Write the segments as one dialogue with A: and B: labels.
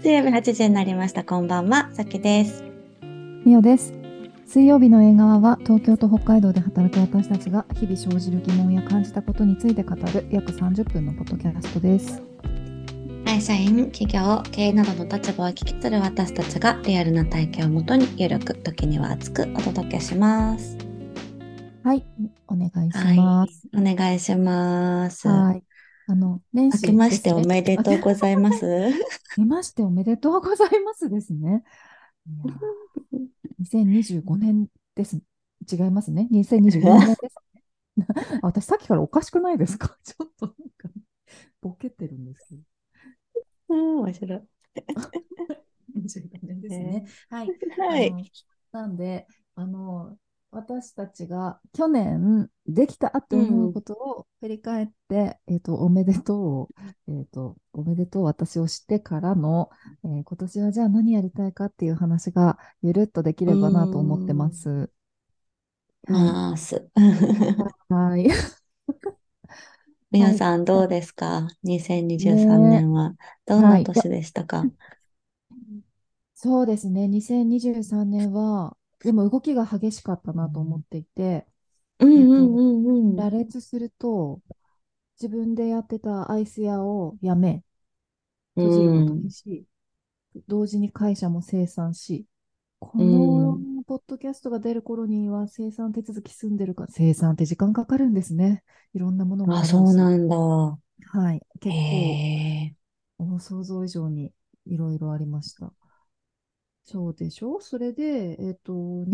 A: 水曜日8時になりました。こんばんは、さきです。
B: みおです。水曜日の映画は東京と北海道で働く私たちが日々生じる疑問や感じたことについて語る約30分のポッドキャストです。
A: 会社員、企業、経営などの立場を聞き取る私たちがリアルな体験をもとにゆるく、時には熱くお届けします。
B: はい、お願いし
A: はい、
B: ます。
A: お願いします。
B: はい。年
A: 明けましてお
B: 始ですね。
A: めでとうございます。
B: 明けましておめでとうございますですね。いやー、2025年です。違いますね。2024年です。私さっきからおかしくないですか？ちょっとなんかボケてるんですけど。
A: うん、面白い。
B: 25年ですね。
A: ね。
B: はい。
A: はい。
B: なんで、あの、私たちが去年できたって思う
A: うん。
B: ことを振り返って、おめでとう、おめでとう私をしてからの、今年はじゃあ何やりたいかっていう話がゆるっとでき
A: う
B: ればなと思ってま
A: ん。
B: す。はい。
A: ます。
B: はい。はい。
A: 皆さん
B: じゃあ
A: どうですか？ 2023
B: ね、
A: 年はどん
B: はい。いや、
A: な年でしたか？
B: そうですね。2023年は、でも動きが激しかったなと思っていて、
A: うん
B: えっと、
A: うんうんうん。
B: 羅列すると、自分でやってたアイス屋をやめ、
A: う
B: 閉じることに
A: ん。
B: し、同時に会社も清算し、こ
A: う
B: の
A: ん。
B: ポッドキャストが出る頃には清算手続き済んでるか、清算って時間かかるんですね。いろんなものを
A: あ、
B: 払うし。
A: そうなんだ。
B: はい。
A: へ
B: 結構、
A: え。
B: 想像以上にいろいろありました。そうでしょ。それで、
A: うん。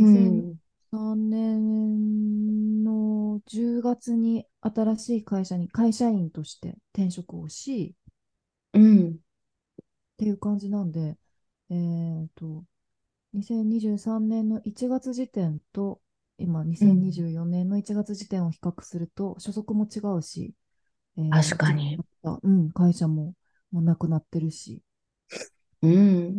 B: 2003年の10月に新しい会社に会社員として転職をし、
A: うん。
B: っていう感じなんで、えっと、2023年の1月時点と、今、
A: うん。
B: 2024年の1月時点を比較すると、所属も違うし、自分
A: 確かに。
B: の、会社もうなくなってるし、
A: うん。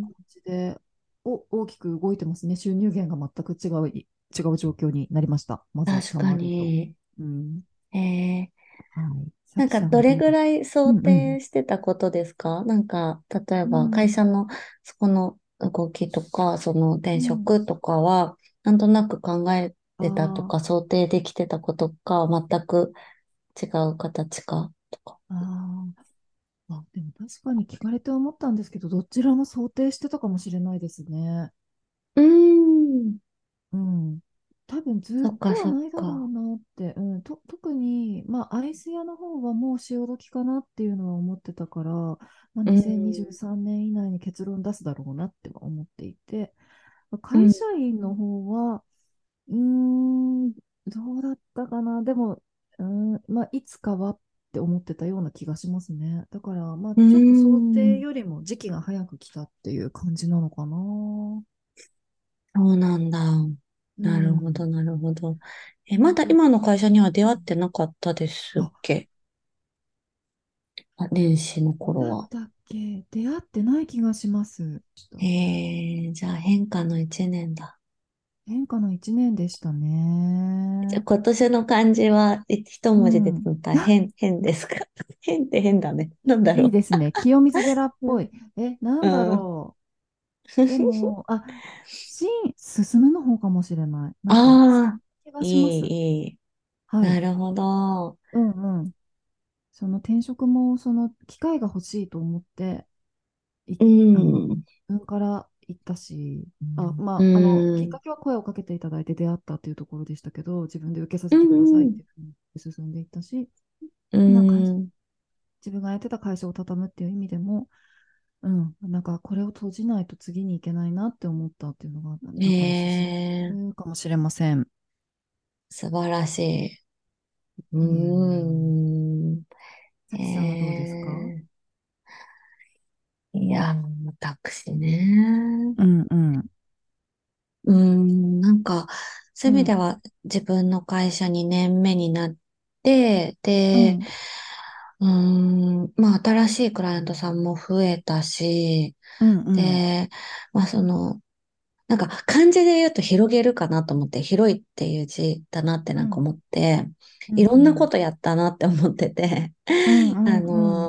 B: で、大きく動いてますね。収入源が全く違う状況になりました。まず、
A: 確か
B: さまると。
A: に。
B: うん。
A: へえ。
B: はい。さ
A: なんか、
B: きさん
A: どれ
B: はどうですか？
A: ぐらい想
B: うんうん。
A: 定してたことですか？なんか、例えば、会
B: うん。
A: 社のそこの動きとか、その転
B: うん。
A: 職とかは、なんとなく考えてたとか、
B: あ
A: 想定できてたことか、全く違う形か、とか。
B: あ、でも確かに聞かれて思ったんですけど、どちらも想定してたかもしれないですね。
A: うーん。
B: うん。多分ずっと
A: そっかそっ
B: はないだろう
A: か。
B: なって、特に、アイス屋の方はもう潮時かなっていうのは思ってたから、
A: う
B: 2023
A: ん。
B: 年以内に結論出すだろうなっては思っていて、
A: うん。
B: 会社員の方は、うーん、どうだったかな。でも、いつかはって思ってたような気がしますね。だから、
A: うー
B: ちょっと想定
A: ん。
B: よりも時期が早く来たっていう感じなのかな。
A: そうなんだ。
B: う
A: なるほど、
B: ん。
A: なるほど。まだ
B: なんか、
A: 今の会社には出会ってなかったですっ
B: あ、
A: け？あ、年始の頃は。
B: だったっけ？出会ってない気がします。ちょっと
A: じゃあ変化の一年だ。
B: 変化の一年でした
A: じゃあ
B: ね。
A: 今年の漢字は一文字で
B: うん。
A: 言ったら
B: あ、
A: 変ですか？変って変だね。なんだろ
B: いいですね。清水寺っ
A: う。うん。
B: ぽい。なんだ
A: うん。
B: ろう。でも、進むの方かもしれない。なんか、そん
A: ああ、
B: な気がします。
A: いい、いい。
B: はい。
A: なるほど。
B: うんうん。その転職も、その機会が欲しいと思って、い、
A: う
B: あの、
A: ん。
B: 自分から行ったし、
A: う
B: きっ
A: ん。
B: かけは声をかけていただいて出会ったっていうところでしたけど、自分で受けさ
A: う
B: せてくださいっ
A: ん。
B: ていうふうに進んでいったし、
A: う
B: なんか
A: ん。
B: 自分がやってた会社を畳むっていう意味でも、なんかこれを閉じないと次に行けないなって思ったっていうのが、だから進
A: ええ、
B: むかもしれません。
A: 素晴らしい。う
B: いえいえ。
A: ーん。
B: さきさんはどうですか？
A: えいや、私ね。
B: うんうん。
A: なんか、そういう意味で
B: うん。
A: は自分の会社2年目になって、で、
B: うん。
A: 新しいクライアントさんも増えたし、
B: うんうん。
A: で、なんか漢字で言うと広げるかなと思って、広いっていう字だなって
B: うん
A: なんか思って、
B: うん
A: いろんなこ
B: うん。
A: とやったなって思ってて、
B: うんう
A: あ
B: んうん。
A: の、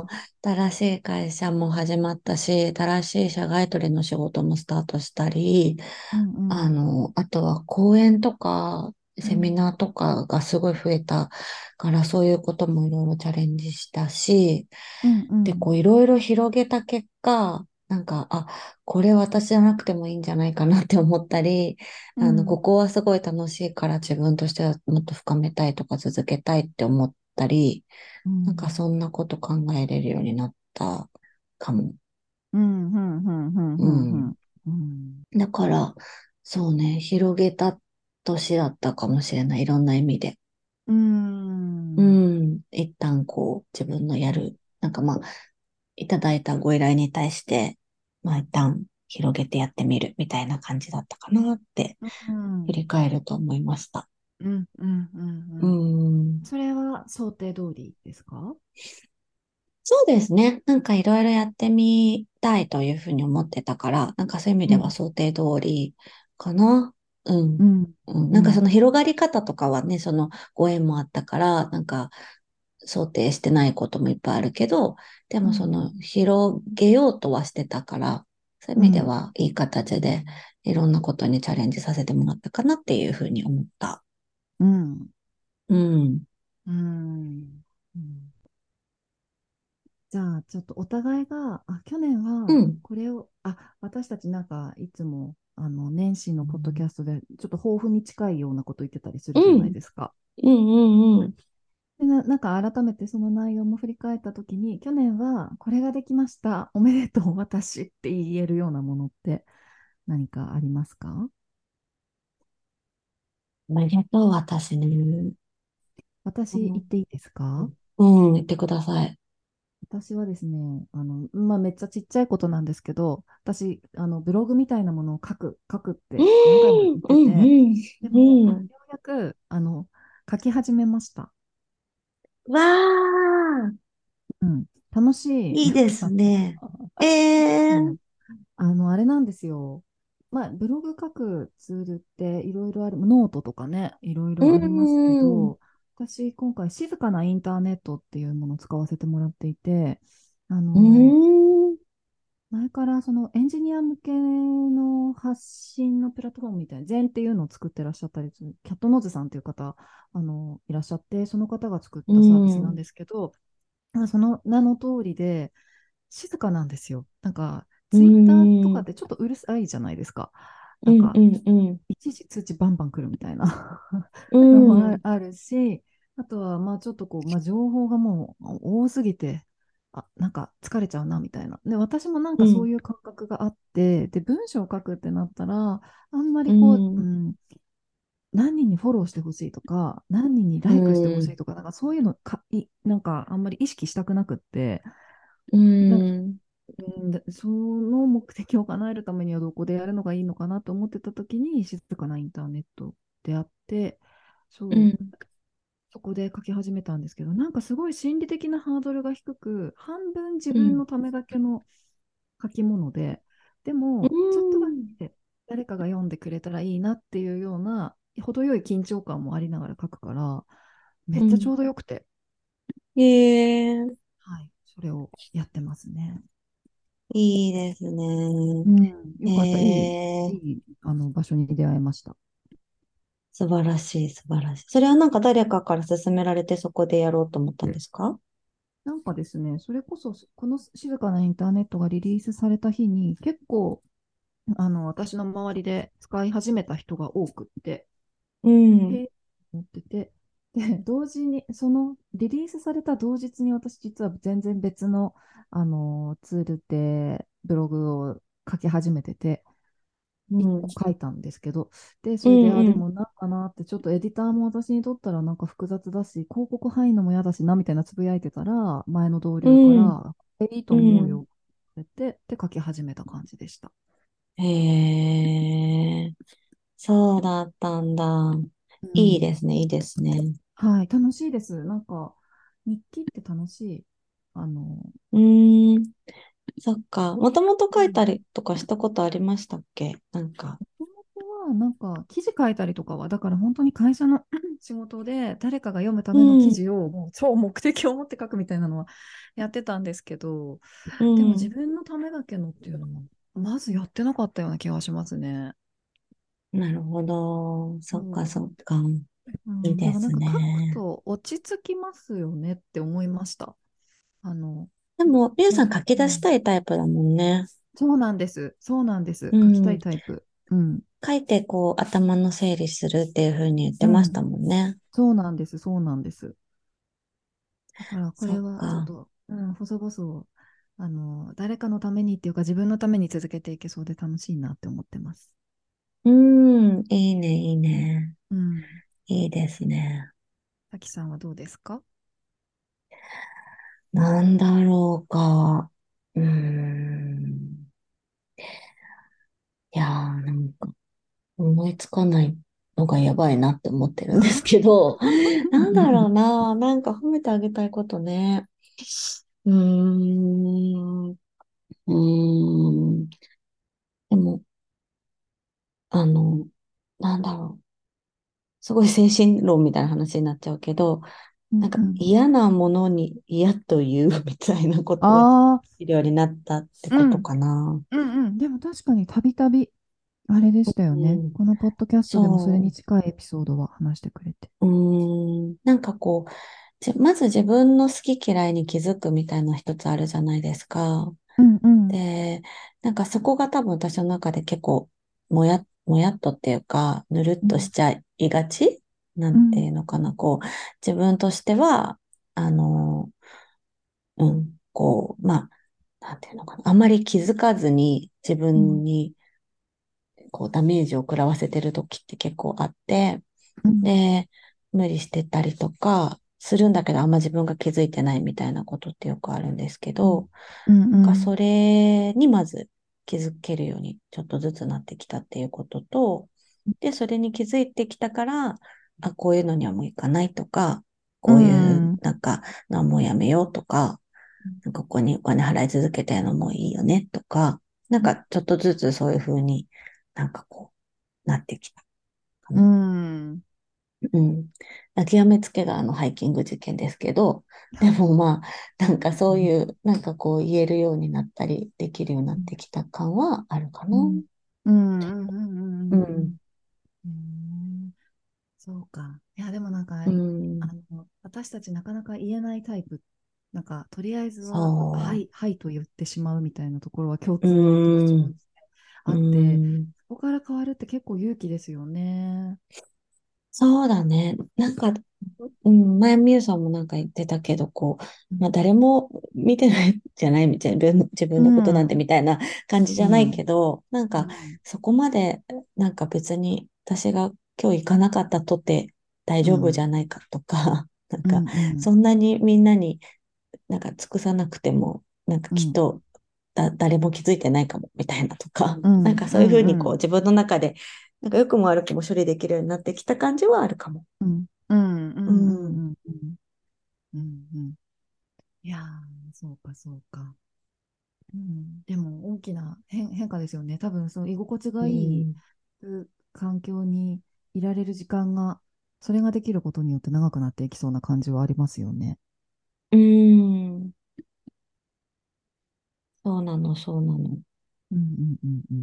A: 新しい会社も始まったし、新しい社外取りの仕事もスタートしたり、
B: うんうん。
A: あとは講演とか、セミ
B: うん
A: ナーとかがすごい増えたから、そういうこともいろいろチャレンジしたし、
B: うんう
A: で、
B: ん
A: いろいろ広げた結果、これ私じゃなくてもいいんじゃないかなって思ったり、こ
B: うん
A: こはすごい楽しいから自分としてはもっと深めたいとか続けたいって思ったり、
B: うん
A: そんなこと考えれるようになったかも。
B: うんうんうんうん
A: う
B: うんう
A: ん。
B: んうん
A: だから、そうね、広げた年だったかもしれない。いろんな意味で。
B: う
A: う
B: ん
A: ん。一旦自分のやる、いただいたご依頼に対して、一旦広げてやってみるみたいな感じだったかなって振
B: うん
A: り返ると思いました。
B: うんうんうん
A: う
B: うん。
A: ん。
B: それは想定通りですか？
A: そうですね。いろいろやってみたいというふうに思ってたから、そういう意味では
B: うん
A: 想定通りかな。うん。
B: うん
A: うん。そ
B: うん
A: の広がり方とかはね、そのご縁もあったから、想定してないこともいっぱいあるけど、でもそ
B: うん
A: の広げようとはしてたから、そういう意味で
B: うん
A: はいい形でいろんなことにチャレンジさせてもらったかなっていうふうに思った。
B: うん
A: うん。
B: うんうん。じゃあ、ちょっとお互いが、去年は
A: うん。
B: これを、私たちなんかいつも、年始のポッドキャストで、ちょっと抱負に近いようなこと言ってたりするじゃない
A: うん。
B: ですか。
A: うん。うん。
B: で、なんか改めてその内容も振り返ったときに、去年はこれができました、おめでとう、私って言えるようなものって何かありますか？
A: おめでとう、私ね。う
B: 私言っていいですか？
A: ん。うん、言ってください。
B: 私はですね、めっちゃちっちゃいことなんですけど、私、ブログみたいなものを書くっ
A: う
B: て何回も
A: ん。
B: 言っ
A: うん。
B: てて、でも、
A: うん。
B: ようやく、書き始めました。
A: わー、
B: うん。楽しい。
A: いいですね。えー。
B: そう。あれなんですよ。まあ、ブログ書くツールっていろいろある、ノートとかね、いろい
A: う
B: ろありますけ
A: ん。
B: ど、私、今回、静かなインターネットっていうものを使わせてもらっていて、あ
A: う
B: の、
A: ん。
B: 前からそのエンジニア向けの発信のプラットフォームみたいな、ゼンっていうのを作ってらっしゃったりする、キャットノーズさんという方、いらっしゃって、その方が作っ
A: う
B: たサービスなん
A: ん。
B: ですけど、その名の通りで、静かなんですよ。なんか、
A: う
B: ツイッターとかっ
A: ん。
B: てちょっとうるさいじゃないですか。
A: うん。
B: なんか、
A: うん。うん。
B: いちいち通知バンバン来るみたいな
A: う
B: のもあ
A: ん。
B: あるし、あとは、まあちょっとこう、まあ情報がもう多すぎて、なんか疲れちゃうなみたいな。で、私もなんかそう
A: うん。
B: いう感覚があって、で、文章を書くってなったら、あんま
A: う
B: りこう、
A: ん。
B: 何人にフォローしてほしいとか、何人に
A: う
B: ライクしてほしい
A: ん。
B: とか、なんかそういうのなんかあんまり意識したくなくって、
A: う
B: だ
A: ん。
B: その目的を叶えるためにはどこでやるのがいいのかなと思ってた時に静かなインターネットであって、そう、
A: うん。
B: そこで書き始めたんですけど、なんかすごい心理的なハードルが低く、半分自
A: うん。
B: 分のためだけの書き物で、で
A: う
B: もちょっとだ
A: ん。
B: け誰かが読んでくれたらいいなっていうような程よい緊張感もありながら書くから、めっちゃちょうどよくて、
A: ええ、
B: はい、それをやってますね。
A: いいですね。
B: うん、よかった。い
A: ええ、
B: い、場所に出会いました。
A: 素晴らしい、素晴らしい。それは誰かから勧められてそこでやろうと思ったんですか？
B: なんかですね、それこそ、この静かなインターネットがリリースされた日に、結構、私の周りで使い始めた人が多くって、
A: うん。
B: 思ってて、で、同時に、そのリリースされた同日に私実は全然別の、ツールでブログを書き始めてて、1
A: うん。
B: 個書いたんですけど、で、それで、
A: うん。うん。
B: でもなんかなって、ちょっとエディターも私にとったらなんか複雑だし、広告入るのも嫌だしな、みたいなつぶやいてたら、前の同僚か
A: うん。
B: ら、いいと
A: うん。
B: 思うよって言って、で、書き始めた感じでした。
A: へえ、そうだったんだ。
B: うん。
A: いいですね、いいですね。
B: はい、楽しいです。なんか、日記って楽しい。
A: うーん、そっか。もともと書いた
B: うん。
A: りとかしたことありましたっけ？
B: もともとは、なんか、記事書いたりとかは、だから本当に会社の仕事で誰かが読むた
A: う
B: めの記
A: ん、
B: 事をもう超目的を持って書くみたいなのはやってたんですけど、
A: う
B: でも自
A: ん。
B: 分のためだけのっていうのは、まずやってなかったような気がしますね。
A: なるほど。そっか、
B: うん、
A: そっか。いい
B: でもなん
A: です
B: か書く
A: ね。
B: と落ち着きますよねって思いました。あの、
A: でも、みゆさん書き出し
B: うん、
A: たいタイプだもんね。
B: そうなんです。そうなんです。書きたい
A: うん。
B: タイプ。うん。
A: 書いて、こう、頭の整理するっていう風に言って
B: うん。
A: ましたもんね。
B: そうなんです。そうなんです。だからこ
A: そ
B: れ
A: っか。
B: はちょっと、細々、誰かのためにっていうか自分のために続けていけそうで楽しいなって思ってます。
A: うん。いいね、いいね。
B: うん。
A: いいですね。
B: さきさんはどうですか？
A: なんだろうか。うーん。いやー、なんか、思いつかないのがやばいなって思ってるんですけど、なんだろうな。なんか褒めてあげたいことね。うーん。うーん。でも、あの、なんだろう。すごい精神論みたいな話になっちゃうけど、なんか
B: うんうん。
A: 嫌なものに嫌と言うみたいなことはで
B: あ
A: きるようになったって
B: あ、う
A: こと
B: ん、
A: かな。
B: うんうん。でも確かにたびたび、あれでしたよね。
A: うん。
B: このポッドキャストでもそれ
A: そ
B: に近いエピソードは話してくれて。
A: う。なんかこう、まず自分の好き嫌いに気づくみたいな一つあるじゃないですか。
B: うんうん。
A: で、なんかそこが多分私の中で結構、もやっとっていうか、ぬるっ
B: うん
A: としちゃいがちなんて
B: うん
A: いうのかな。こう、自分としては、あの、まあ、なんていうのかな。あまり気づかずに自
B: うん
A: 分にこうダメージを食らわせてる時って結構あって、
B: うん
A: で、無理してたりとかするんだけど、あんま自分が気づいてないみたいなことってよくあるんですけ
B: うん
A: ど、
B: うん
A: なんかそ
B: うん
A: れにまず気づけるようにちょっとずつなってきたっていうことと、で、それに気づいてきたから、あ、こういうのにはもういかないとか、
B: う
A: こういう、
B: ん
A: なんか、のはもうやめようとか、なんかここにお金払い続けてるのもいいよねとか、なんかちょっとずつそういう風になんかこう、なってきたか
B: う
A: な。
B: ん。
A: うん。極めつけがハイキング事件ですけど、でもまあ、なんかそういう、なんかこう言えるようになったり、できるようになってきた感はあるかな。
B: うんうんうんうんうん
A: うん。
B: うん。そうか。いや、でもなんか、
A: うん。
B: 私たちなかなか言えないタイプ、なんか、とりあえずは、は
A: そ
B: い、はいと言ってしまうみたいなところは共
A: う。う
B: 通の特徴
A: ん。
B: あ
A: う
B: って、
A: ん。
B: そこから変わるって結構勇気ですよね。
A: そうだね。なんか、前みゆさんもなんか言ってたけど、こう、まあ
B: うん。
A: 誰も見てないじゃないみたいな、自分
B: う
A: のことなんて
B: ん。
A: みたいな感じじゃない
B: うん。
A: けど、なんか
B: うん
A: そこまで、なんか別に私が今日行かなかったとて大丈夫じゃ
B: うん。
A: ないかとか、なん
B: うん。
A: か
B: うん。
A: そんなにみんなになんか尽くさなくても、なんか
B: うん。
A: きっと誰も気づいてないかもみたいなとか、
B: う
A: なん
B: ん。
A: かそういうふうに
B: うん。
A: こう自分の中で、なんか良くも悪くも処理できるようになってきた感じはあるかも。
B: うん。うん。う
A: うん。
B: ん。うん。うん。いやー、そうか、そうか。でも大きな変化ですよね。多分その居心地がいい
A: うん。
B: 環境にいられる時間が、それができることによって長くなっていきそうな感じはありますよね。
A: うん。そうなの、そうなの。
B: うんうんうんうん。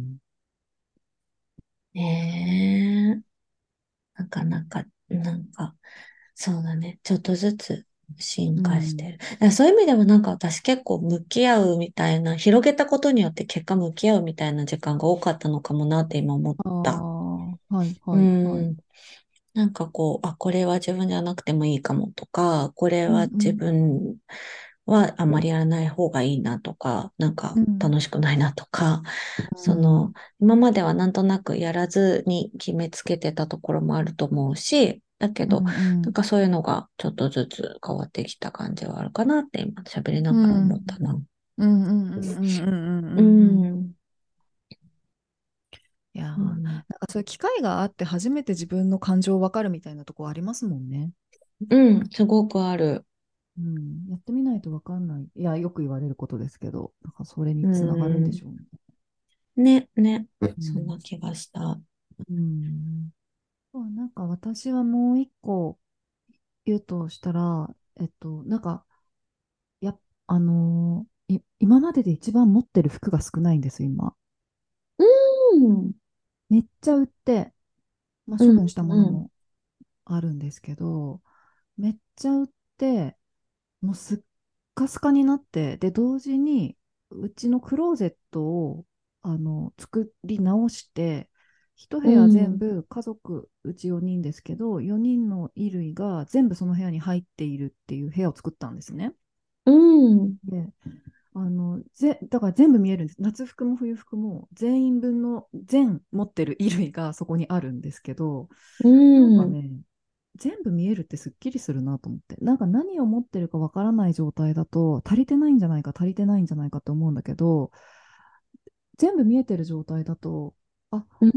A: ねえ。なかなか、なんか、そうだね。ちょっとずつ進
B: うん
A: 化してる。だからそういう意味でもなんか私結構向き合うみたいな、広げたことによって結果向き合うみたいな時間が多かったのかもなって今思っ
B: あ
A: た。
B: あ、はい
A: う
B: はいはい。
A: ん。なんかこう、あ、これは自分じゃなくてもいいかもとか、これは自
B: うんうん
A: 分はあまりやらない方がいいなとか、なんか
B: うん
A: 楽しくないなとか、その、
B: うん
A: 今まではなんとなくやらずに決めつけてたところもあると思うし、だけど、
B: うんうん
A: なんかそういうのがちょっとずつ変わってきた感じはあるかなって今喋りな
B: う
A: がら
B: ん
A: 思ったな。
B: うんうんうんうんうんう
A: う
B: んうん。
A: ん。
B: いやー、なん
A: うん、
B: かそういう機会があって初めて自分の感情わかるみたいなとこありますもんね。
A: うんすごくある。
B: やってみないとわかんない。いや、よく言われることですけど、なんかそれ
A: う
B: につながるんで
A: ん。
B: しょうね。
A: ね、ね。
B: うん。
A: そんな気がした。
B: うん。 なんか私はもう一個言うとしたら、なんか、や、今までで一番持ってる服が少ないんです、今。
A: うん、
B: めっちゃ売って、まあ、
A: うん、
B: 処分したもの
A: うん、
B: もあるんですけど、めっちゃ売って、もうすっかすかになって、で、同時に、うちのクローゼットを、作り直して、一部
A: う
B: 屋全
A: ん、
B: 部、家族、うち4人ですけど、4人の衣類が全部その部屋に入っているっていう部屋を作ったんですね。
A: うん、
B: で、だから全部見えるんです。夏服も冬服も全員分の全持ってる衣類がそこにあるんですけど、
A: う
B: なんか
A: ん、
B: ね、全部見えるってすっきりするなと思って。なんか何を持ってるかわからない状態だと、足りてないんじゃないか、足りてないんじゃないかって思うんだけど、全部見えてる状態だと、あ、
A: うん、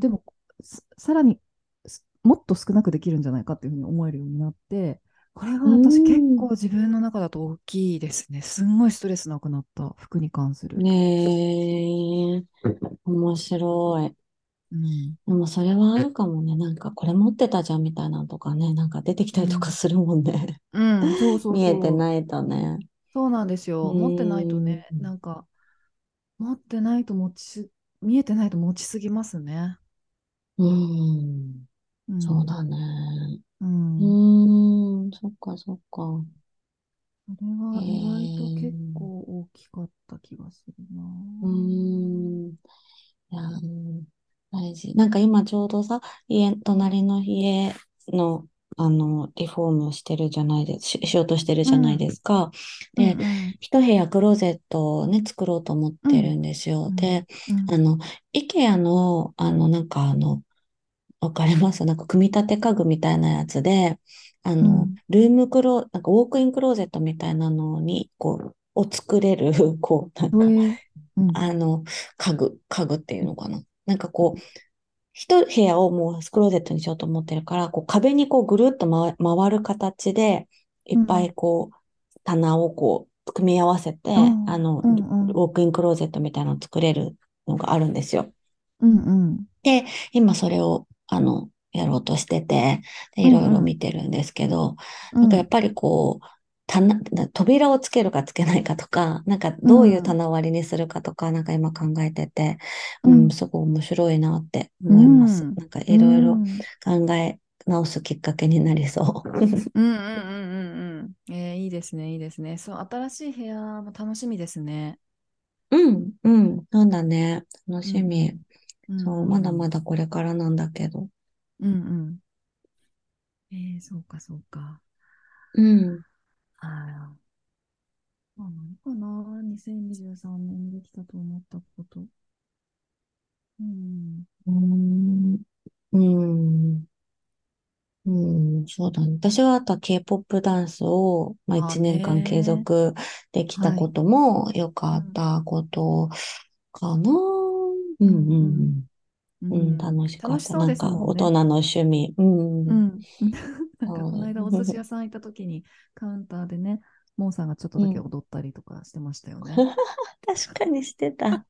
B: むしろでも、さらにもっと少なくできるんじゃないかっていうふうに思えるようになって、これが
A: う
B: 私結
A: ん。
B: 構自分の中だと大きいですね。すんごいストレスなくなった服に関する。
A: ねえ、面白い。
B: うん。
A: でもそれはあるかもね。なんかこれ持ってたじゃんみたいなのとかね。なんか出てきたりとか
B: うん。
A: するもんね。
B: うん、そうそう
A: 見えて
B: そう。
A: ないとね。
B: そうなんです
A: う
B: よ。持ってないと
A: ーん。
B: ね、なんか、持ってないと見えてないと持ちすぎますね。
A: うーん。
B: うん。
A: そうだね。
B: う
A: う
B: ん。
A: ーん。そっかそっか。
B: それ
A: へ
B: は意外と結
A: え。
B: 構大きかった気がするな。
A: うーん。いやー、大事。なんか今ちょうどさ、隣の家の、リフォームをしてるじゃないです、しようとしてるじゃない
B: うん。
A: ですか。
B: うん
A: で、
B: うん。
A: 一部屋クローゼットをね、作ろうと思っ
B: うん。
A: てるんですよ。
B: うん。
A: で、
B: うん。
A: あの、IKEA の、わかりますなんか組み立て家具みたいなやつで、
B: うん
A: なんかウォークインクローゼットみたいなのに、を作れる、なんか、
B: えうん。
A: あの、家具っていうのかな。なんか一部屋をもうクローゼットにしようと思ってるから、壁にぐるっと回る形で、いっぱい
B: うん。
A: 棚を組み合わせて、
B: うん。うん。うん。
A: ウォークインクローゼットみたいなのを作れるのがあるんですよ。
B: うん。うん。
A: で、今それを、やろうとしてて、で、いろいろ
B: うん。
A: 見てるんですけど、
B: うん。
A: なんかやっぱり扉をつけるかつけないかとか、なんか
B: う
A: どういう
B: ん。
A: 棚割りにするかとか、なんか今考えてて、うん、
B: うん。
A: すごい面白いなって
B: う
A: 思います。
B: ん。
A: なんか
B: う
A: いろいろ
B: ん。
A: 考え直すきっかけになりそう。
B: うんうんうんうんうん。いいですね、いいですね。そう、新しい部屋も楽しみですね。
A: うん、うん、そうだね。楽
B: うん
A: しみ。
B: うん。うん
A: そう、
B: う
A: まだま
B: ん。
A: だこれからなんだけど。
B: うんうん。そうかそうか。
A: うん。
B: はい。何かな ?2023 年にできたと思ったこと。うん。
A: うーん。うん。うん、そうだね。私はあとは K-POP ダンスを、
B: あ
A: 1年間継
B: ね
A: 続できた
B: はい。
A: ことも良かっ
B: うん。
A: たことかな。うんう
B: うんうん。
A: ん
B: う
A: うん。うん、
B: ん。
A: 楽しかった。
B: 楽しそうです
A: なんか
B: もんね。
A: 大人の趣味。うん。
B: うん。なんか
A: そうだ
B: この間お寿司屋さん行った時にカウンターでね、モンさんがちょっとだけ
A: うん。
B: 踊ったりとかしてましたよね。
A: 確かにしてた。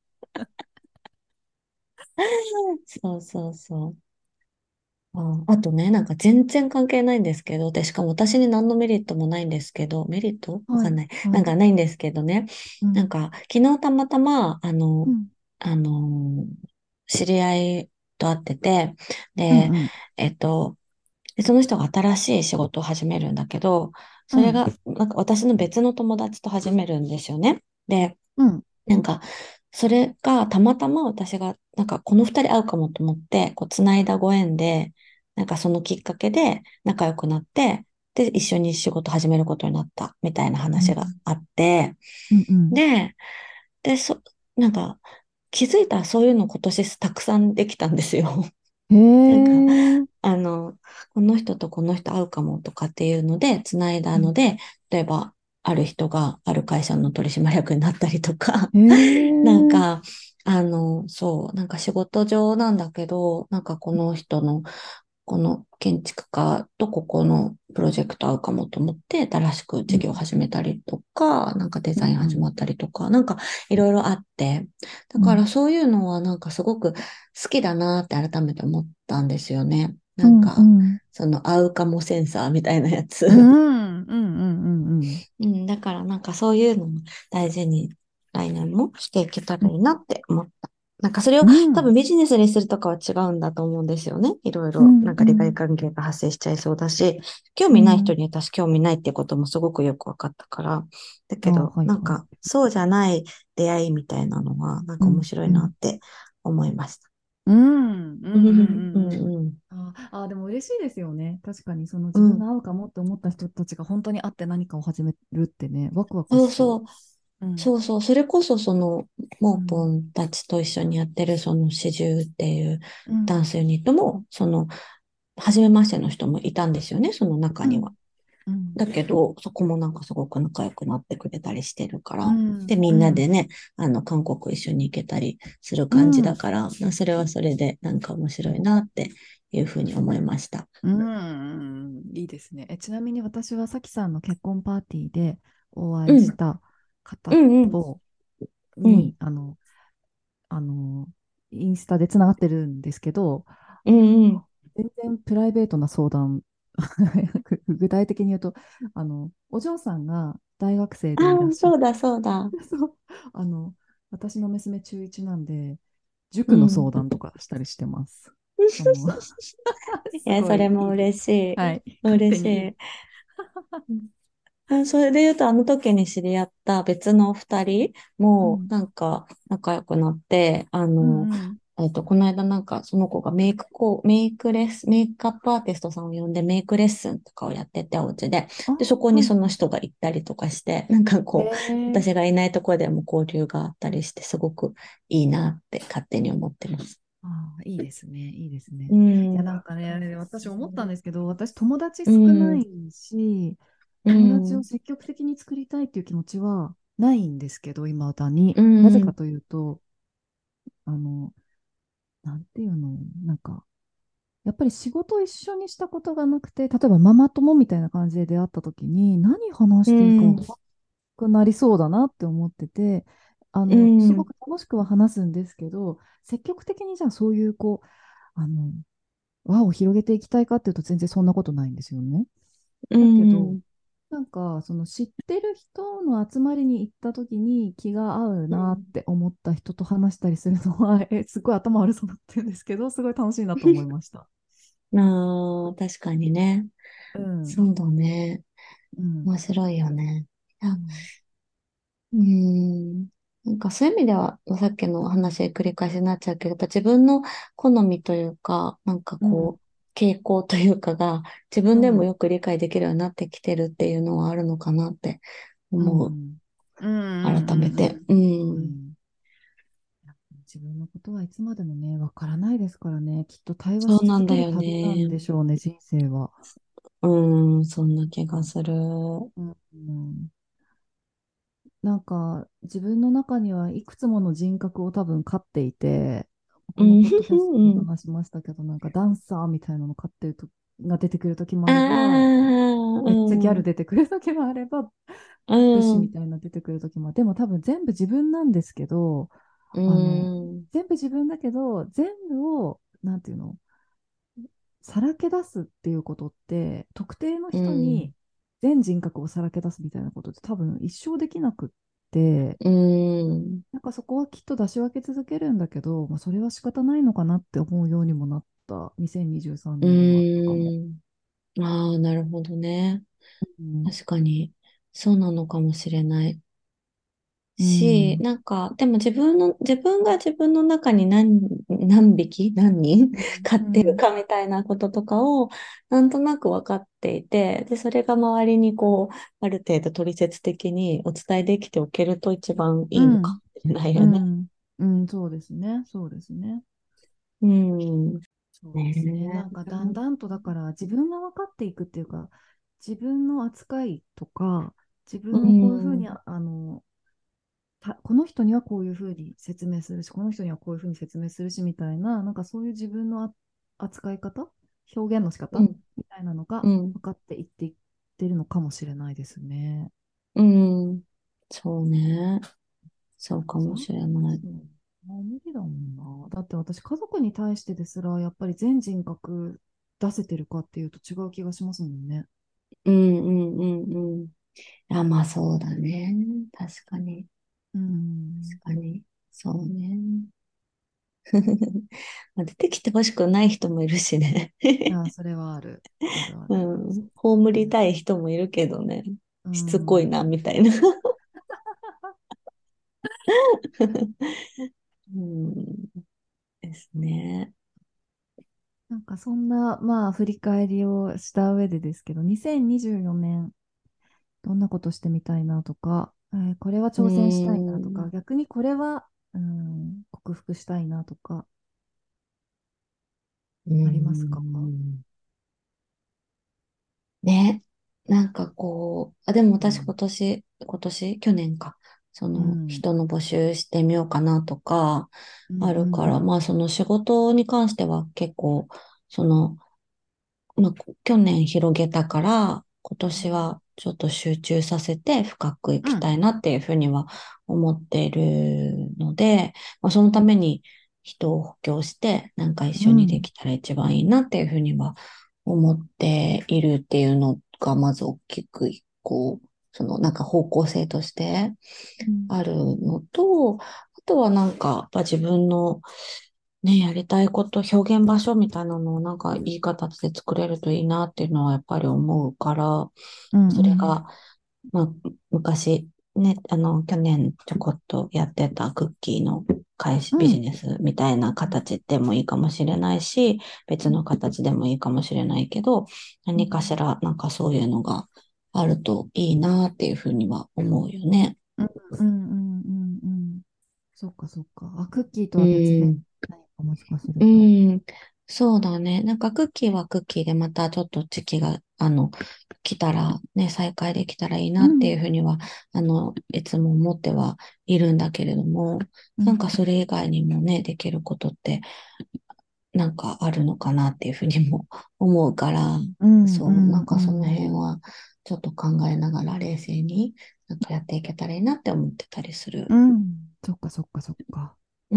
A: そうそうそう。あとね、なんか全然関係ないんですけど、しかも私に何のメリットもないんですけど、メリットわ
B: はい。
A: かんない。
B: はい。
A: なんかないんですけどね。
B: うん。
A: なんか、昨日たまたま、
B: うん。
A: あの、知り合いと会ってて、で、
B: うんうん。
A: えっと、でその人が新しい仕事を始めるんだけど、
B: うん。
A: それが、なんか私の別の友達と始めるんですよね。で、
B: うん。
A: なんか、それがたまたま私が、なんかこの二人会うかもと思って、繋いだご縁で、なんかそのきっかけで仲良くなって、で、一緒に仕事始めることになったみたいな話があって、
B: うん。うん。
A: で、で、なんか気づいたらそういうの今年たくさんできたんですよ。
B: へ
A: なんか、
B: え。
A: あの、この人とこの人会うかもとかっていうので、繋いだ
B: うん。
A: ので、例えば、ある人がある会社の取締役になったりとか、
B: へえ。
A: なんか、そう、なんか仕事上なんだけど、なんかこの人の、この建築家とここのプロジェクト合うかもと思って、新しく事業
B: うん
A: 始めたりとか、なんかデ
B: うん
A: ザイン始まったりとか、なんかいろいろあって、だ
B: うん
A: からそういうのはなんかすごく好きだなって改めて思ったんですよね。
B: うんう
A: なんか、
B: ん。
A: その合うかもセンサーみたいなやつ。
B: うんうんうんうん
A: うん、だからなんかそういうのも大事に来年もしていけた
B: うん。
A: らいいなって思った。なんかそれを
B: うん
A: 多分ビジネスにするとかは違うんだと思うんですよね。いろいろ
B: うん
A: なんか利害
B: うん
A: 関係が発生しちゃいそうだし、興味ない人
B: うん。
A: に私興味ないってこともすごくよくわかったから。だ
B: あ、
A: けど
B: はいはい。
A: なんかそうじゃない出会いみたいなのはなん
B: うん
A: か面白い
B: うん
A: なって思いました。
B: うんうんう
A: うん
B: んうん。
A: うん。
B: でも嬉しいですよね。確かにその
A: うん。
B: 自分が合うかもって思った人たちが本当に会って何かを始めるってね、ワクワクしそ
A: そうそう。
B: う。うん。
A: そうそう。それこそその、モーポ
B: うん。
A: ンたちと一緒にやってるその四十っていう
B: うん
A: ダンスユニットも、その、初めましての人もいたんですよね、その中には。
B: うんうん
A: だけど、そこもなんかすごく仲良くなってくれたりしてるか
B: う
A: ら。で、
B: ん
A: みんなで
B: うん
A: ね、韓国一緒に行けたりする感じだ
B: うん
A: から、それはそれでなんか面白いなっていうふうに思いました。
B: いいですね。ちなみに私はさきさんの結婚パーティーでお
A: うん、
B: 会いした方
A: うんうん、
B: と
A: うん、
B: に、あの、インスタでつながってるんですけど、
A: うんうん。
B: 全然プライベートな相談、具体的に言うと、お嬢さんが大学生
A: ああ、
B: でいらっしゃっ
A: そうだそうだ。
B: て、そう、私の娘中1なんで、
A: うん。
B: 塾の相談とかしたりしてます。その、
A: いや、
B: すご
A: それも
B: いいいです。
A: 嬉しい。
B: はい。勝手にいい。
A: 嬉しい。それで言うと、あの時に知り合った別の二人も、
B: うん。
A: なんか、仲良くなって、
B: うんうん。
A: この間なんか、その子がメイクレッスン、メイクアップアーティストさんを呼んでメイクレッスンとかをやってて、お家で。
B: あ、
A: で、そこにその
B: はいは
A: 人が行ったりとかして、なんか
B: い。
A: こう、私がいないところでも交流があったりして、すごくいいなって勝手に思ってます。
B: いいですね。いいですね。
A: う
B: いや、
A: ん、
B: なんかね、私思ったんですけど、私友達
A: う
B: 少な
A: ん、
B: いし、
A: う
B: 友達を
A: ん、
B: 積極的に作りたいっていう気持ちはないんですけど、今だに。
A: うん、
B: なぜかというと、あの、なんていうの、なんか、やっぱり仕事を一緒にしたことがなくて、例えばママ友みたいな感じで出会った時に、何話していいか分
A: うん、
B: からなくなりそうだなって思ってて、
A: う
B: すご
A: ん、
B: く楽しくは話すんですけど、積極的にじゃあそういう輪を広げていきたいかっていうと全然そんなことないんですよね。
A: う
B: だけど、
A: ん、
B: なんかその知ってる人の集まりに行った時に気が合うなっ
A: うん。
B: て思った人と話したりするのは、すごい頭悪そうになってるんですけど、すごい楽しいなと思いました。
A: ああ、確かにね。
B: うん。
A: そうだね。
B: うん。
A: 面白いよね。いや、
B: うん。
A: なんかそういう意味では、さっきのお話繰り返しになっちゃうけど、やっぱ自分の好みというか、なんか
B: うん。
A: こう、傾向というかが、自分でも
B: うん。
A: よく理解できるようになってきてるっていうのはあるのかなって
B: う
A: 思う。
B: ん。うん。うん。
A: 改めて。
B: うん。
A: うん。
B: うん。自分のことはいつまでもね、わからないですからね。きっと対話
A: そう
B: し続ける
A: なんだよ
B: 旅なん
A: ね。
B: でしょうね、人生は。
A: そんな気がする。う
B: うん。うんなんか自分の中にはいくつもの人格を多分飼っていて、この
A: ん。
B: ポッドキャストでも
A: うん。
B: 話しましたけど、なんかダンサーみたいなの飼ってるとが出てくる時もあ
A: あ
B: れば、
A: あ、
B: めっちゃギャ
A: うん。
B: ル出てくる時もあれば、
A: う
B: 武士み
A: ん。
B: たいなの出てくる時も、でも多分全部自分なんですけど、
A: う
B: あの、
A: ん。
B: 全部自分だけど、全部を、なんていうの、さらけ出すっていうことって、特定の
A: う
B: 人に
A: ん。
B: 全人格をさらけ出すみたいなことって多分一生できなくって、
A: うん。
B: なんかそこはきっと出し分け続けるんだけど、それは仕方ないのかなって思うようにもなった2023
A: う
B: 年ではあったかも。
A: ん。ああ、なるほどね。
B: うん。
A: 確かに、そうなのかもしれない。
B: う
A: し、
B: ん。
A: なんか、でも自分が自分の中に何匹何人飼ってる
B: うん。
A: かみたいなこととかを、なんとなく分かっていて、で、それが周りにこう、ある程度取説的にお伝えできておけると一番いいのか
B: うん。
A: もしれないよね。
B: うん。うん。そうですね。そうですね。
A: うん。
B: そうですね。なん
A: ね
B: かだんだんとだから自分が分かっていくっていうか、自分の扱いとか、自
A: う
B: 分をこういうふうに、
A: ん。
B: この人にはこういうふうに説明するし、この人にはこういうふうに説明するしみたいな、なんかそういう自分の扱い方、表現の仕方
A: うん。
B: みたいなのが
A: うん。
B: 分かっていってるのかもしれないですね。
A: うん。そうね。そ
B: でもさ、
A: うかもしれない。
B: そう、もう無理だもんな。だって私、家族に対してですら、やっぱり全人格出せてるかっていうと違う気がしますもんね。
A: うんうんうんうん。あ、まあそうだね。確かに。
B: うん。
A: 確かに。そうね。まあ出てきてほしくない人もいるしね。
B: あ、それはある。あるあ
A: う
B: る。
A: ん。葬りたい人もいるけどね。
B: う
A: しつこいな、
B: ん。
A: みたいな。うんですね。
B: なんかそんな、まあ、振り返りをした上でですけど、2024年、どんなことしてみたいなとか、これは
A: う
B: 挑戦したいなとか、
A: ん。
B: 逆にこれは、克服したいなとか、
A: う
B: ありますか？
A: ん。ね。なんかこう、あ、でも私
B: うん。
A: 去年か、その
B: うん。
A: 人の募集してみようかなとか、
B: うん。
A: あるから、
B: うん。
A: まあその仕事に関しては結構、その、まあ、去年広げたから、今年はちょっと集中させて深くい
B: うん。
A: きたいなっていうふうには思っているので、まあ、そのために人を補強して、なんか一緒にで
B: うん。
A: きたら一番いいなっていうふうには思っているっていうのが、まず大きく一個、そのなんか方向性として
B: うん。
A: あるのと、あとはなんか、やっぱ自分のね、やりたいこと、表現場所みたいなのをなんかいい形で作れるといいなっていうのはやっぱり思うから、
B: うん。うん。
A: それが、まあ、昔、ね、去年ちょこっとやってたクッキーのビジ
B: うん。
A: ネスみたいな形でもいいかもしれないし、別の形でもいいかもしれないけど、何かしらなんかそういうのがあるといいなっていうふうには思うよね。
B: うん。うん。うん。うん。そっかそっか。あ、クッキーと
A: う
B: は別で
A: ん。
B: 何かもしかする
A: う
B: と。
A: ん、そうだね。なんかクッキーはクッキーでまたちょっと時期が、来たら、ね、再開できたらいいなって
B: うん。
A: いうふうには、いつも思ってはいるんだけれども、なんか
B: うん。
A: それ以外にもね、できることって、なんかあるのかなっていうふうにも思うから、
B: うん。う
A: そう、な
B: ん。
A: んかその
B: うん。
A: 辺はちょっと考えながら冷静になんかやっていけたらいいなって思ってたりする。
B: うん。そっかそっかそっか。
A: うん。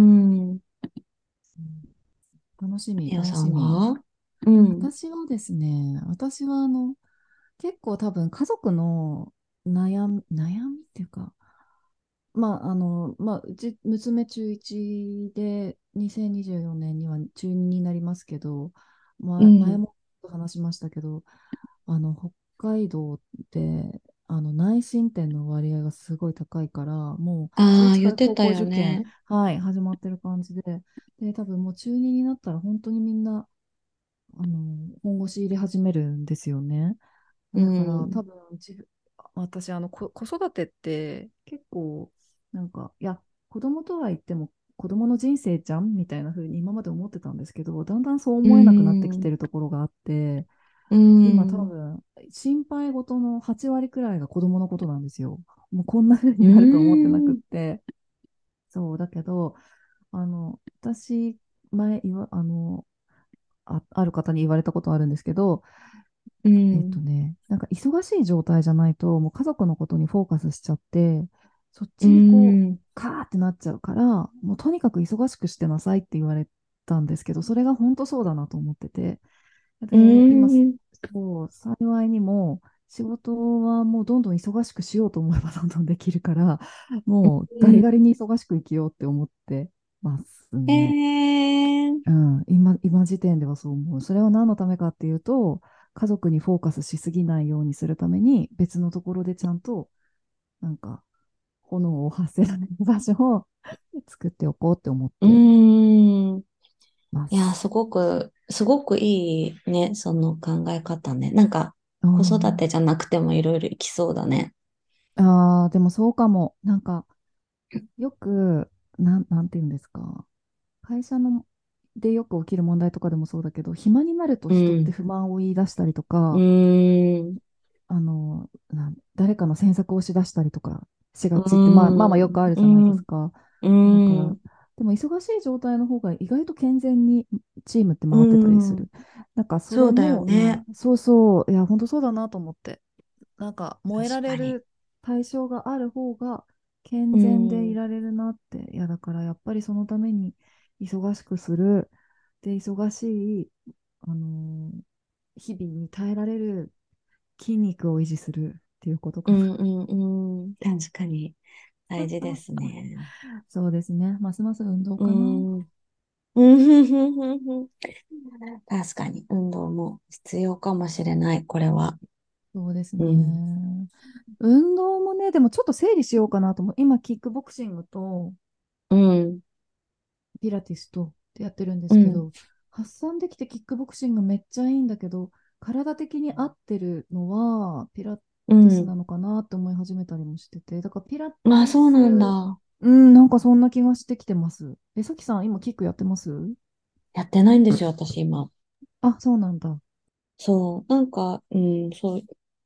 B: うん、楽しみ、
A: みおさん
B: 楽しみ。
A: はうん。
B: 私はですね、私は結構多分家族の悩みっていうか、うち娘中1で2024年には中2になりますけど、前
A: うん。
B: も話しましたけど、北海道で、内申点の割合がすごい高いから、もう中
A: ああ、
B: 1から高校
A: 言ってたよ
B: 受験、
A: ね。
B: はい、始まってる感じで、多分もう中2になったら本当にみんな、本腰入れ始めるんですよね。
A: う
B: だから多
A: ん。
B: 分私、子育てって結構、いや、子供とは言っても子供の人生じゃんみたいな風に今まで思ってたんですけど、だんだんそう
A: う
B: 思えなくなってきて
A: ん。
B: るところがあって、
A: う
B: 今多
A: ん。
B: 分、心配事の8割くらいが子供のことなんですよ。もうこんな風
A: う
B: になると思ってなくっ
A: ん。
B: て。そうだけど、私、前言わ、ある方に言われたことあるんですけど、
A: うん。
B: なんか忙しい状態じゃないと、もう家族のことにフォーカスしちゃって、そっ
A: う
B: ちにこう、
A: ん。
B: カーってなっちゃうから、もうとにかく忙しくしてなさいって言われたんですけど、それが本当そうだなと思ってて。
A: う
B: で、今、
A: ん。
B: そう、幸いにも、仕事はもうどんどん忙しくしようと思えばどんどんできるから、もうガリガリに忙しく生きようって思ってます
A: え
B: ね。
A: ー、
B: うん、今時点ではそう思う。それは何のためかっていうと、家族にフォーカスしすぎないようにするために、別のところでちゃんと、なんか、炎を発せられる場所を作っておこうって思っ
A: う
B: て
A: ん。いや、
B: ます。
A: すごくいいね、その考え方ね。なんか、
B: う
A: 子育て
B: ん、
A: じゃなくてもいろいろいきそうだね。
B: でもそうかも。よく、なんて言うんですか。会社でよく起きる問題とかでもそうだけど、暇になると
A: うん。
B: 人って不満を言い出したりと
A: う
B: か、
A: ん。
B: 誰かの詮索をしだしたりとかし
A: う
B: がちって、まあよく
A: ん。
B: あるじゃないで
A: うん。
B: すか。
A: う
B: だから、
A: ん。
B: でも忙しい状態の方が意外と健全にチームって
A: う
B: 回ってたりす
A: ん。
B: る。なんかそ
A: そうだよ
B: れも、
A: ね。
B: そうそう、いや、本当そうだなと思って。燃えら
A: 確かに。
B: れる対象がある方が
A: う
B: 健全でい
A: ん。
B: られるなって。いや、だからやっぱりそのために忙しくする。で、忙しい、 日々に耐えられる筋肉を維持するっていうことかな。
A: うんうんうん。確かに大事ですね。
B: そうですね。ますます運動
A: う
B: かな。
A: ん。うん確かに運動も必要かもしれない、これは。
B: そうです
A: うん。
B: ね。運動もね、でもちょっと整理しようかなと思う。今、キックボクシングと
A: うん。
B: ピラティスとってやってるんで
A: うん。
B: すけど、発散できてキックボクシングめっちゃいいんだけど、体的に合ってるのはピラティス
A: うん。
B: なのかなって思い始めたりもしてて、だからピラ
A: まあ、
B: ティ
A: そうなん
B: ス、
A: だ。
B: なんかそんな気がしてきてます。さきさん、今キックやってます？
A: やってないんですよ、私今。
B: あ、そうなんだ。
A: そう。なんか、うん、そう。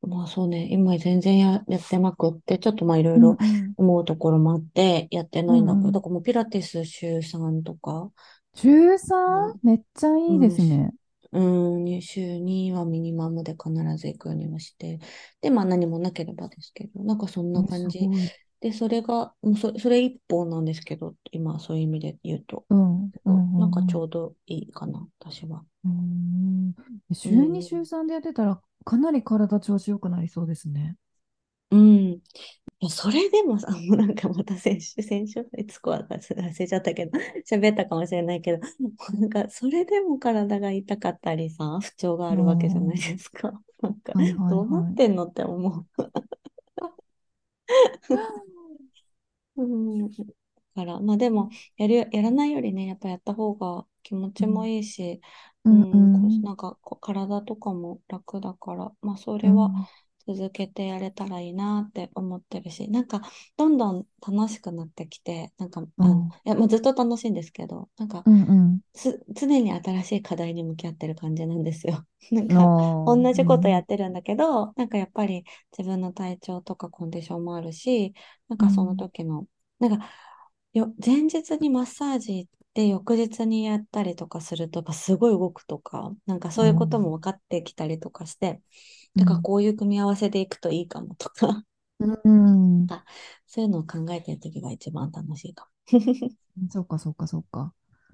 A: まあそうね、今全然やってなくって、ちょっとまあいろいろ
B: うんうん。
A: 思うところもあってやってないんだけど、
B: うんうん。
A: だからもうピラティス週3とか、
B: 中 3？
A: うん
B: めっちゃいいで
A: うん、
B: すね。
A: 週2はミニマムで必ず行くようにはして、で、まあ何もなければですけど、なんかそんな感じ。
B: すごい。
A: で、それが、もうそれ一本なんですけど、今そういう意味で言うと。
B: うんうんう
A: なんか
B: んうん。
A: ちょうどいいかな、私は。
B: うーん。週2、
A: うん、
B: 週3でやってたら、かなり体調子良くなりそうですね。
A: うん。いや、それでもさ、もうなんかまた先週、いつか忘れちゃったけど、喋ったかもしれないけど、もうなんか、それでも体が痛かったりさ、不調があ
B: う
A: るわけじゃない
B: ん。
A: ですか。なんか、
B: はいはい
A: どうなっ
B: はい。
A: てんのって思う。うん。だから、まあでも、やらないよりね、やっぱやった方が気持ちも
B: うん
A: いいし、
B: うんう
A: な
B: ん
A: んか体とかも楽だから、まあそれは
B: うん
A: 続けてやれたらいいなって思ってるし、なんかどんどん楽しくなってきて、なんか、
B: うん
A: いや、もうずっと楽しいんですけど、なんか、
B: うん
A: 常に新しい課題に向き合ってる感じなんですよ。なん
B: うん。
A: か、同
B: おー、う
A: じことや
B: ん
A: ってるんだけど、なんかやっぱり自分の体調とかコンディションもあるし、なんかその
B: うん
A: 時の、なんか、前日にマッサージ行って翌日にやったりとかすると、やっぱすごい動くとか、なんかそういうことも分かってきたりとかして、だから
B: うん
A: こういう組み合わせでいくといいかもとか、
B: うん
A: あそういうのを考えてる時が一番楽しいかも。
B: うん。そうかそうかそうか。
A: うん。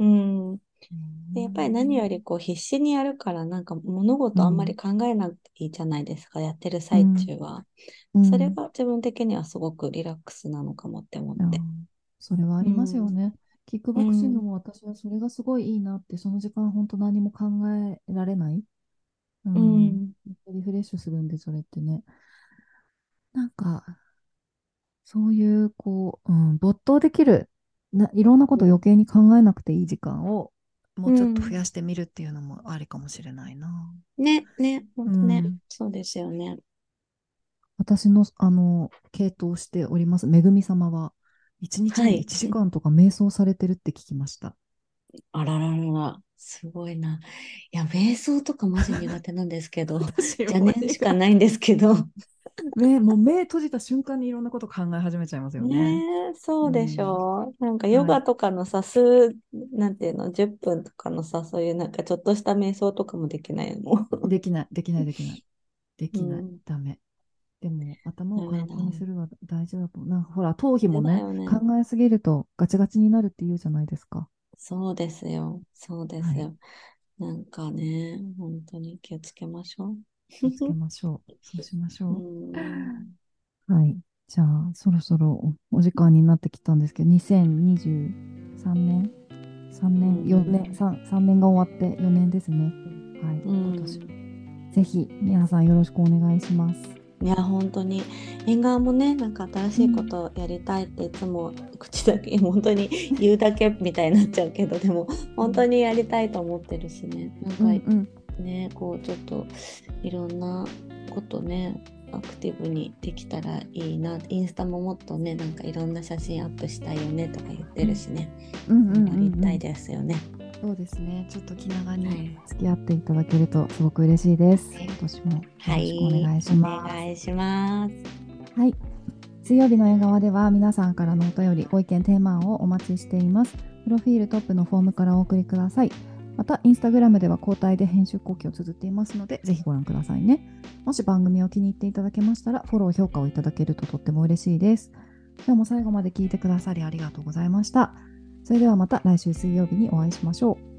B: う
A: で、やっぱり何よ
B: ん
A: りこう必死にやるから、なんか物事あんまり
B: うん
A: 考えなくていいじゃないですか、やってる最
B: うん
A: 中は。それ
B: うん。
A: が自分的にはすごくリラックスなのかもって思っ
B: あー、
A: て。
B: それはありますよ
A: うん。
B: ね。キックボクシング
A: うん。
B: も私はそれがすごいいいなって、その時間本当何も考えられない。う
A: う
B: ん。
A: ん。
B: リフレッシュするんで、それってね。なんか、そういう、没頭できる、いろんなこと余計に考えなくていい時間を、もうちょっと増
A: うん。
B: やしてみるっていうのもありかもしれないな。
A: ほんとね。
B: うん。
A: そうですよね。
B: 私の、系統しております、めぐみ様は、1日に
A: はい。
B: 1時間とか瞑想されてるって聞きました。
A: あらららら。すごいな。いや、瞑想とかマジ苦手なんですけど、
B: 私
A: 邪
B: も苦
A: 念しかないん
B: 手。
A: ですけど。
B: もう目閉じた瞬間にいろんなこと考え始めちゃいますよね。
A: ねえ、そ
B: う
A: うでし
B: ん。
A: ょう。なんかヨ
B: はい。
A: ガとかのさ、なんていうの、10分とかのさ、そういうなんかちょっとした瞑想とかもできないの。
B: できない、できない、できない。できない。
A: うん。
B: ダメ。でも、頭を空っ
A: ダメだ。
B: ぽにするのは大事だと。なんかほら、頭皮も
A: だ
B: ね、
A: よね。
B: 考えすぎるとガチガチになるって言うじゃないですか。
A: そうですよ。そうで
B: はい。
A: すよ。なんかね、本当に気をつけましょう。
B: 気をつけましょう。そうしまし
A: う
B: ょ
A: ん。
B: う。はい。じゃあ、そろそろお時間になってきたんですけど、2023年、3
A: う
B: 年、4年、
A: ん。
B: 3年が終わって4年ですね。はい。
A: う
B: 今年、
A: ん。
B: ぜひ皆さんよろしくお願いします。
A: いや、本当に、縁側もね、なんか新しいこ
B: うん。
A: とをやりたいっていつも口だけ、本当に言うだけみたいになっちゃうけど、でも、本当
B: うん
A: にやりたいと思ってるしね、なんか
B: うんうん。
A: ね、こう、ちょっといろんなことね、アクティブにできたらいいな、インスタももっとね、なんかいろんな写真アップしたいよねとか言って
B: うん
A: るしね、
B: うんうんう
A: 頑張りたい
B: んうん。
A: ですよね。
B: そうですね。ちょっと気長に
A: はい。
B: 付き合っていただけるとすごく嬉しいです。今年もよ
A: は
B: ろしくお
A: い、
B: 願いし
A: お
B: ます。
A: 願いします。
B: はい。水曜日の縁側では皆さんからのお便り、ご意見、テーマをお待ちしています。プロフィールトップのフォームからお送りください。また、インスタグラムでは交代で編集後期を綴っていますので、ぜひご覧くださいね。もし番組を気に入っていただけましたら、フォロー、評価をいただけるととっても嬉しいです。今日も最後まで聞いてくださりありがとうございました。それではまた来週水曜日にお会いしましょう。